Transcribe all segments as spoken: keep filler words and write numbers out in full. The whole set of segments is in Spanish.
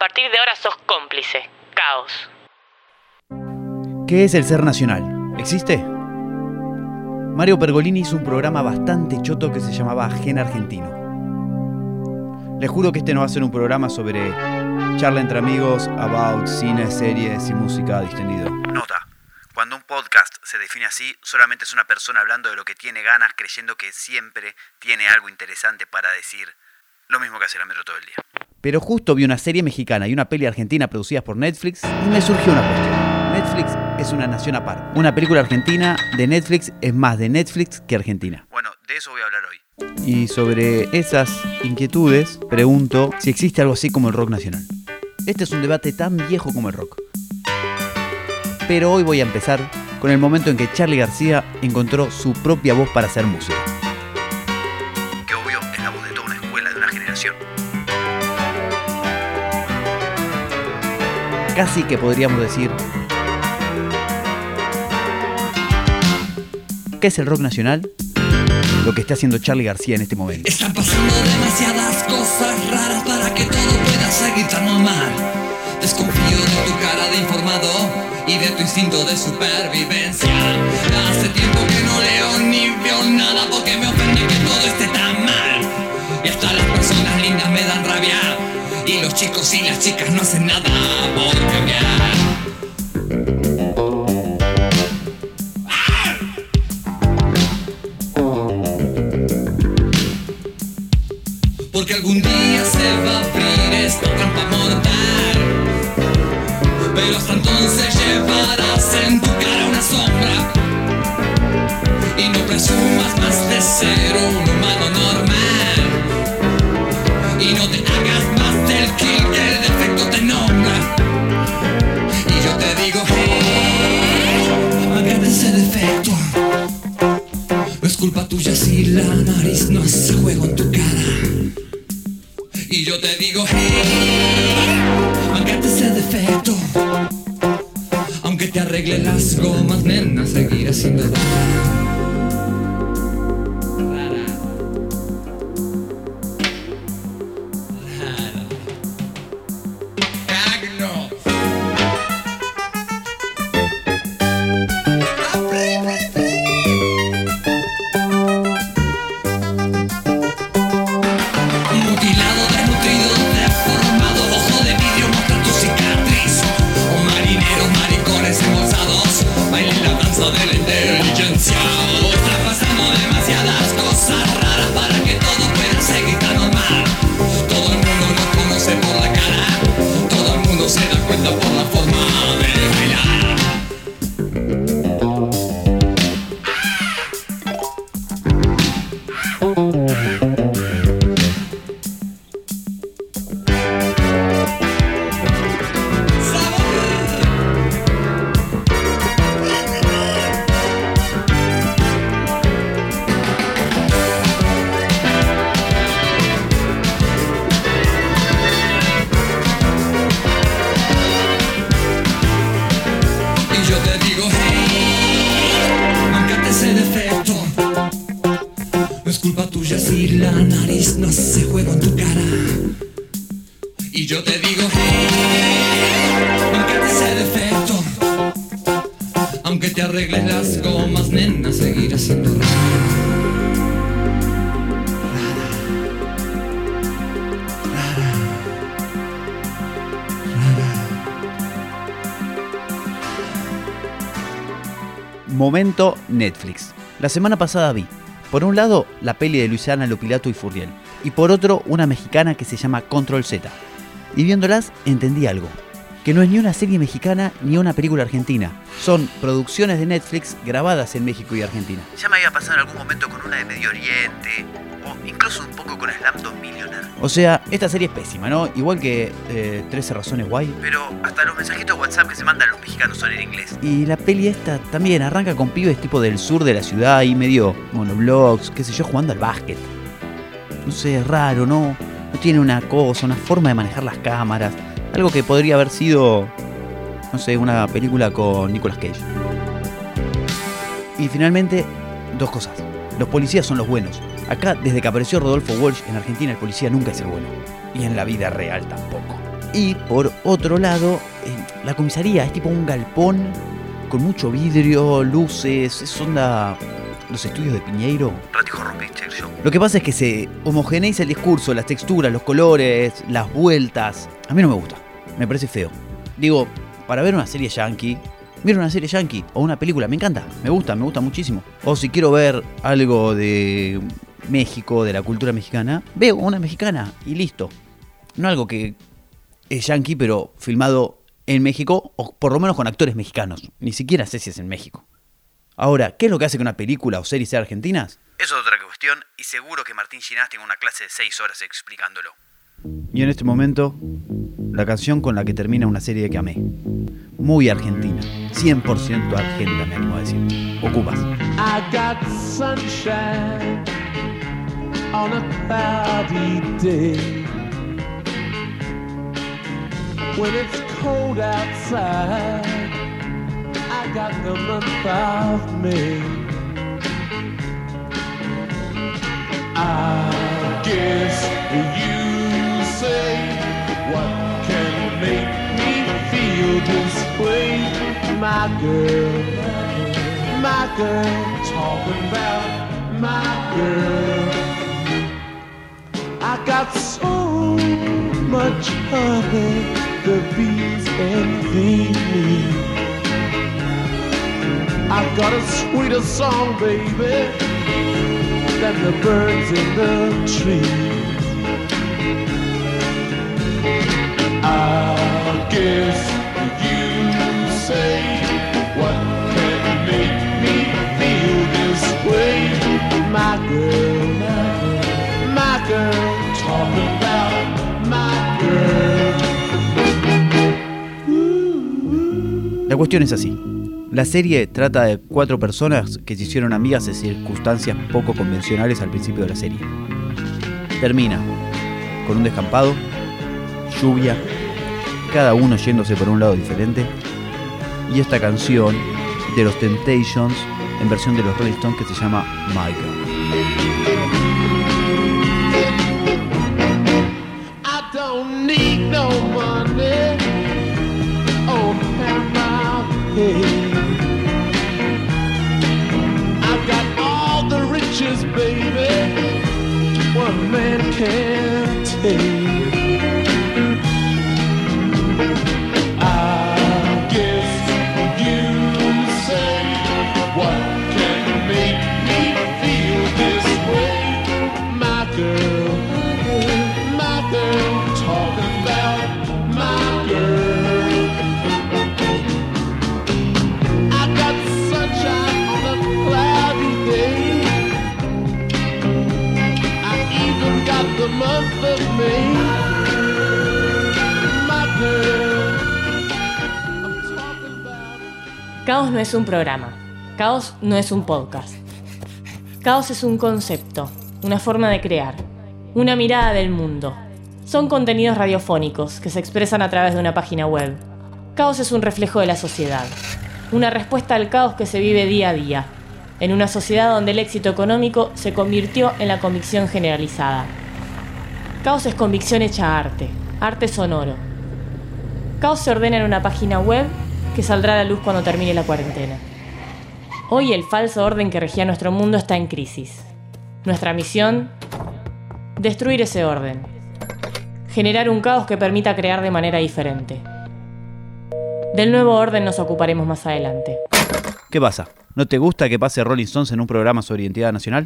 partir de ahora sos cómplice. Caos. ¿Qué es el ser nacional? ¿Existe? Mario Pergolini hizo un programa bastante choto que se llamaba Gen Argentino. Les juro que este no va a ser un programa sobre charla entre amigos, about cine, series y música distendido. Nota. Cuando un podcast se define así, solamente es una persona hablando de lo que tiene ganas, creyendo que siempre tiene algo interesante para decir. Lo mismo que hace la Metro todo el día. Pero justo vi una serie mexicana y una peli argentina producidas por Netflix y me surgió una cuestión. Netflix es una nación aparte. Una película argentina de Netflix es más de Netflix que Argentina. Bueno, de eso voy a hablar hoy. Y sobre esas inquietudes, pregunto si existe algo así como el rock nacional. Este es un debate tan viejo como el rock. Pero hoy voy a empezar con el momento en que Charly García encontró su propia voz para hacer música. Que obvio es la voz de toda una escuela, de una generación. Casi que podríamos decir... ¿Qué es el rock nacional? Lo que está haciendo Charly García en este momento. Están pasando demasiadas cosas raras para que todo pueda seguir tan normal. Desconfío de tu cara de informado y de tu instinto de supervivencia. Hace tiempo que no leo ni veo nada porque me ofende que todo esté tan mal. Y hasta las personas lindas me dan rabia y los chicos y las chicas no hacen nada por cambiar. Porque algún día se va a abrir esta trampa mortal. Pero hasta entonces llevarás en tu cara una sombra. Y no presumas más de ser un humano normal. Y no te hagas más del kill que el defecto te nombra. Y yo te digo, hey, amagate ese defecto. No es culpa tuya si la nariz no hace juego en tu cara. Y yo te digo, hey, mancate ese defecto. Aunque te arregle las gomas, nena, seguirás siendo rara. Rara. Rara. Cagno. Mutilado, desnutrido, deformado, ojo de vidrio muestra tu cicatriz. O marineros, maricones embolsados, bailen la danza de la inteligencia. Está pasando demasiadas cosas raras para que todo pueda seguir tan normal. Todo el mundo nos conoce por la cara, todo el mundo se da cuenta por la forma de bailar. Y yo te digo, hey, mancate ese defecto. No es culpa tuya si la nariz no hace juego en tu cara. Y yo te digo, hey, mancate ese defecto. Aunque te arregles las gomas, nena, seguirás siendo rara. Momento Netflix. La semana pasada vi, por un lado, la peli de Luisana Lopilato y Furriel, y por otro, una mexicana que se llama Control Z. Y viéndolas, entendí algo. Que no es ni una serie mexicana ni una película argentina. Son producciones de Netflix grabadas en México y Argentina. Ya me había pasado en algún momento con una de Medio Oriente, o incluso un poco con Slumdog Millionaire. O sea, esta serie es pésima, ¿no? Igual que eh, trece razones guay. Pero hasta los mensajitos de WhatsApp que se mandan los mexicanos son en inglés. Y la peli esta también arranca con pibes tipo del sur de la ciudad y medio monoblogs, qué sé yo, jugando al básquet. No sé, es raro, ¿no? No tiene una cosa, una forma de manejar las cámaras. Algo que podría haber sido, no sé, una película con Nicolas Cage. Y finalmente, dos cosas. Los policías son los buenos. Acá, desde que apareció Rodolfo Walsh en Argentina, el policía nunca es el bueno. Y en la vida real tampoco. Y por otro lado, eh, la comisaría es tipo un galpón con mucho vidrio, luces, es onda los estudios de Piñeiro. Ratio Horror Picture Show. Lo que pasa es que se homogeneiza el discurso, las texturas, los colores, las vueltas. A mí no me gusta, me parece feo. Digo, para ver una serie yankee, miro una serie yankee o una película, me encanta, me gusta, me gusta muchísimo. O si quiero ver algo de México, de la cultura mexicana, veo una mexicana y listo. No algo que es yankee pero filmado en México o por lo menos con actores mexicanos. Ni siquiera sé si es en México. Ahora, ¿qué es lo que hace que una película o serie sea argentinas? Eso es otra cuestión y seguro que Martín Ginás tenga una clase de seis horas explicándolo. Y en este momento, la canción con la que termina una serie que amé. Muy argentina, cien por ciento argenta, me animo a decir. Ocupas. I got sunshine on a cloudy day. When it's cold outside, I got the month of May. I guess you say, what can make me feel this way? My girl, my girl, talking about my girl. I got so much honey, the bees envy me. I've got a sweeter song, baby, than the birds in the trees. I guess you say, what can make me feel this way? My girl, my girl, talking about my girl. La cuestión es así. La serie trata de cuatro personas que se hicieron amigas en circunstancias poco convencionales al principio de la serie. Termina con un descampado, lluvia, cada uno yéndose por un lado diferente, y esta canción de los Temptations en versión de los Rolling Stones que se llama My Girl. I don't need no money, oh, have my head. I've got all the riches, baby, one man can't take. I guess you say, what can make me feel this way? My girl, my girl, talking about my girl. I got sunshine on a cloudy day. I even got the month of May. My girl, I'm talking about. Caos no es un programa. Caos no es un podcast. Caos es un concepto, una forma de crear, una mirada del mundo. Son contenidos radiofónicos que se expresan a través de una página web. Caos es un reflejo de la sociedad, una respuesta al caos que se vive día a día, en una sociedad donde el éxito económico se convirtió en la convicción generalizada. Caos es convicción hecha arte, arte sonoro. Caos se ordena en una página web que saldrá a la luz cuando termine la cuarentena. Hoy el falso orden que regía nuestro mundo está en crisis. Nuestra misión: destruir ese orden. Generar un caos que permita crear de manera diferente. Del nuevo orden nos ocuparemos más adelante. ¿Qué pasa? ¿No te gusta que pase Rolling Stones en un programa sobre identidad nacional?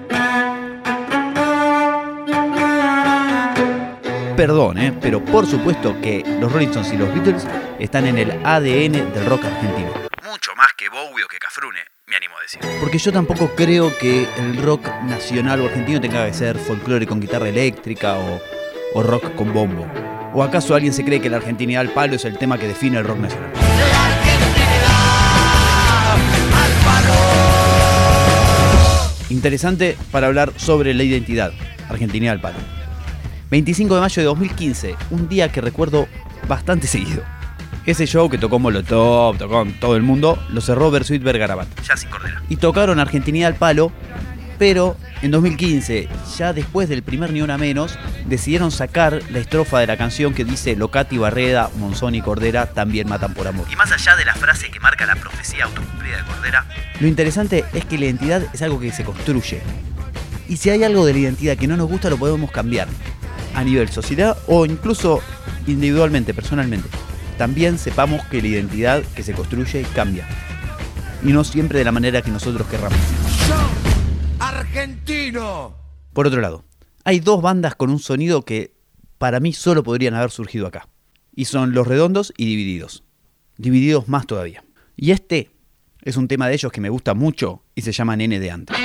Perdón, ¿eh? Pero por supuesto que los Rolling Stones y los Beatles están en el A D N del rock argentino. Mucho más que Bowie o que Cafrune, me animo a decir. Porque yo tampoco creo que el rock nacional o argentino tenga que ser folclore con guitarra eléctrica o, o rock con bombo. ¿O acaso alguien se cree que la argentinidad al palo es el tema que define el rock nacional? Interesante para hablar sobre la identidad, argentinidad al palo. veinticinco de mayo de dos mil quince, un día que recuerdo bastante seguido. Ese show que tocó Molotov, tocó todo el mundo, lo cerró Bersuit Vergarabat. Ya sin cordera. Y tocaron Argentinidad al palo Pero en dos mil quince, ya después del primer Ni Una Menos, decidieron sacar la estrofa de la canción que dice Locati, Barreda, Monzón y Cordera también matan por amor. Y más allá de la frase que marca la profecía autocumplida de Cordera, lo interesante es que la identidad es algo que se construye. Y si hay algo de la identidad que no nos gusta, lo podemos cambiar. A nivel sociedad o incluso individualmente, personalmente. También sepamos que la identidad que se construye cambia. Y no siempre de la manera que nosotros querramos. Argentino. Por otro lado, hay dos bandas con un sonido que para mí solo podrían haber surgido acá. Y son Los Redondos y Divididos. Divididos más todavía. Y este es un tema de ellos que me gusta mucho y se llama Nene de Antes.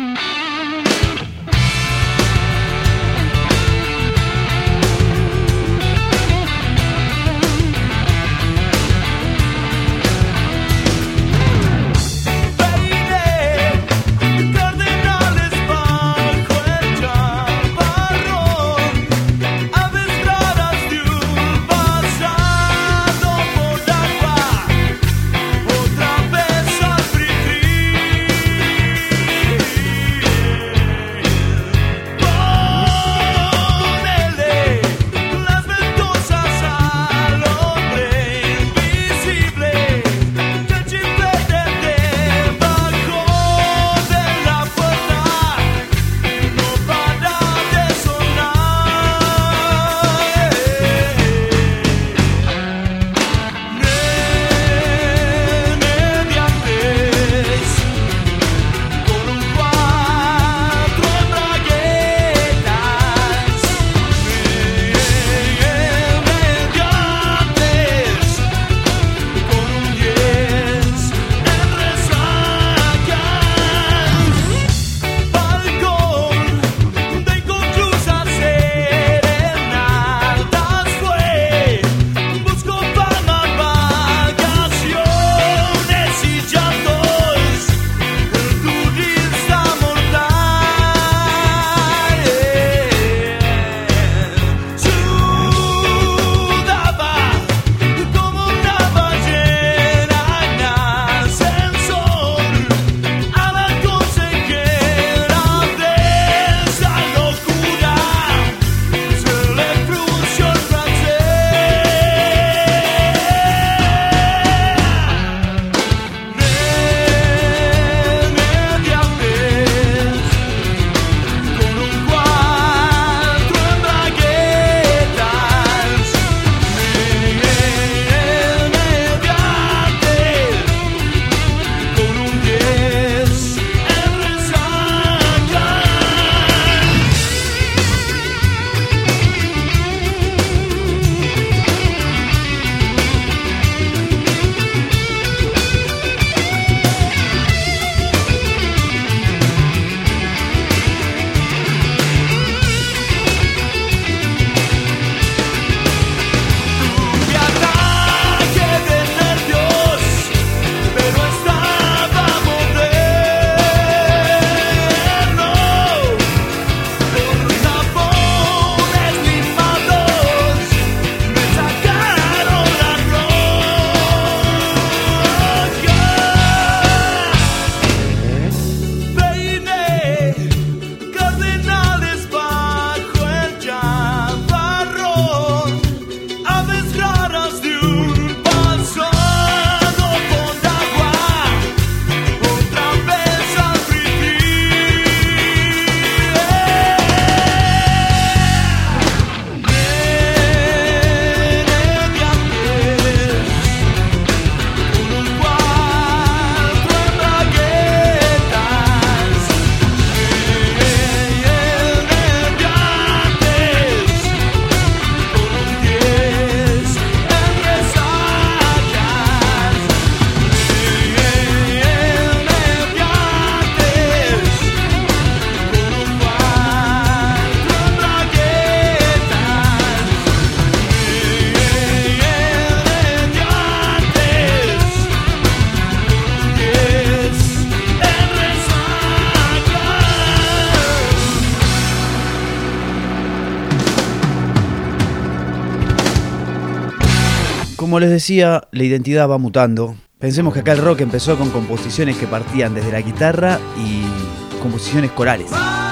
Como les decía, la identidad va mutando. Pensemos que acá el rock empezó con composiciones que partían desde la guitarra y composiciones corales.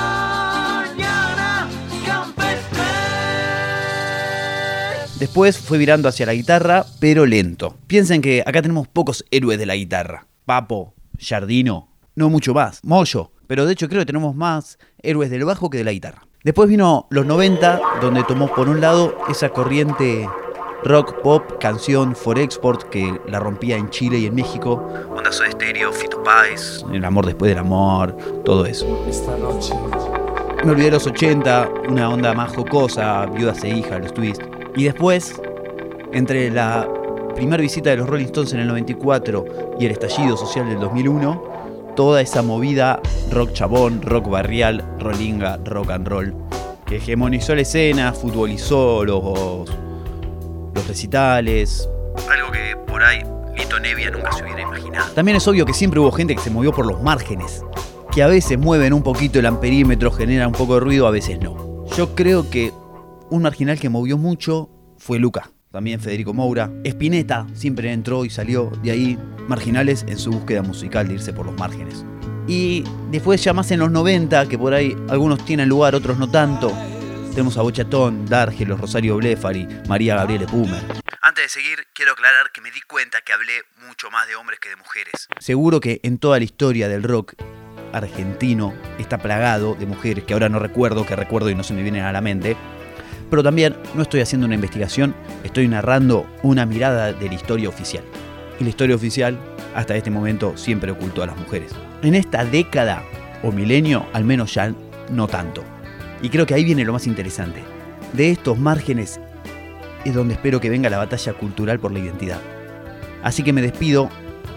Después fue virando hacia la guitarra, pero lento. Piensen que acá tenemos pocos héroes de la guitarra. Papo, Giardino, no mucho más. Moyo, pero de hecho creo que tenemos más héroes del bajo que de la guitarra. Después vino los noventa, donde tomó por un lado esa corriente rock, pop, canción for export que la rompía en Chile y en México. Onda Soda Stereo, Fito Páez, El amor después del amor, todo eso. Esta noche. Me olvidé de los ochenta, una onda más jocosa, Viudas e Hijas, los Twists. Y después, entre la primera visita de los Rolling Stones en el noventa y cuatro y el estallido social del dos mil uno, toda esa movida rock chabón, rock barrial, rollinga, rock and roll, que hegemonizó la escena, futbolizó los, los recitales. Algo que por ahí Lito Nevia nunca se hubiera imaginado. También es obvio que siempre hubo gente que se movió por los márgenes, que a veces mueven un poquito el amperímetro, generan un poco de ruido, a veces no. Yo creo que un marginal que movió mucho fue Luca, también Federico Moura. Spinetta siempre entró y salió de ahí, marginales en su búsqueda musical de irse por los márgenes. Y después ya más en los noventa, que por ahí algunos tienen lugar, otros no tanto, tenemos a Bochatón, Dargelos, Rosario Blefari, María Gabriele Pumer. Antes de seguir, quiero aclarar que me di cuenta que hablé mucho más de hombres que de mujeres. Seguro que en toda la historia del rock argentino está plagado de mujeres que ahora no recuerdo, que recuerdo y no se me vienen a la mente. Pero también no estoy haciendo una investigación, estoy narrando una mirada de la historia oficial. Y la historia oficial, hasta este momento, siempre ocultó a las mujeres. En esta década o milenio, al menos ya no tanto. Y creo que ahí viene lo más interesante. De estos márgenes es donde espero que venga la batalla cultural por la identidad. Así que me despido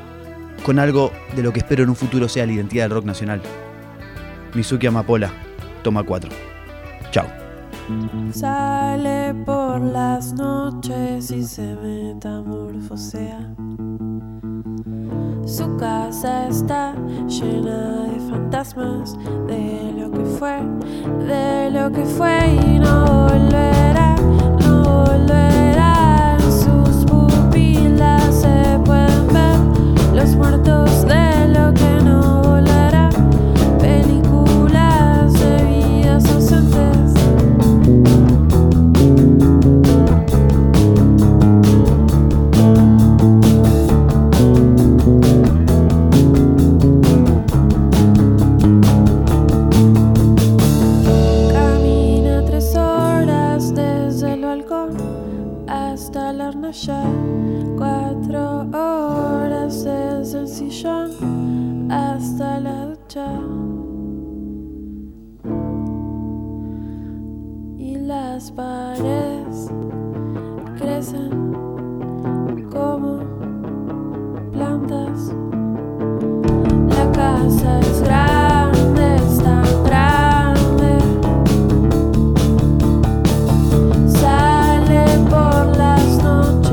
con algo de lo que espero en un futuro sea la identidad del rock nacional. Mizuki Amapola, toma cuatro. Chao. Sale por las noches y se metamorfosea. Su casa está llena de fantasmas, de lo que fue, de lo que fue y no volverá, no volverá. En sus pupilas se pueden ver los muertos de lo que no volverá. Películas de vidas ausentes. Cuatro horas desde el sillón hasta la ducha. Y las paredes crecen como plantas. La casa es grande, es tan grande. Sale por las noches.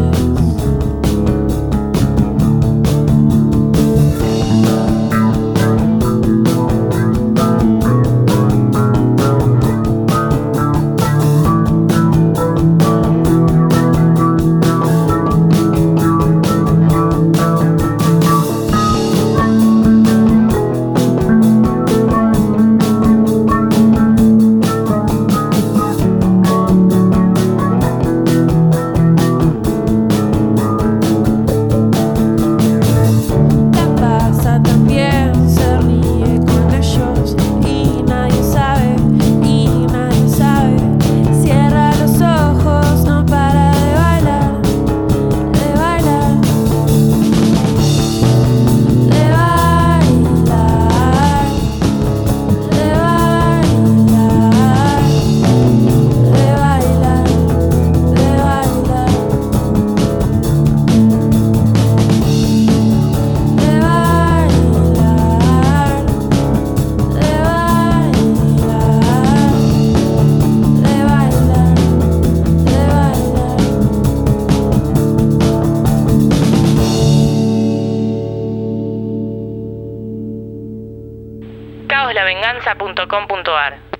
caos la venganza punto com punto ar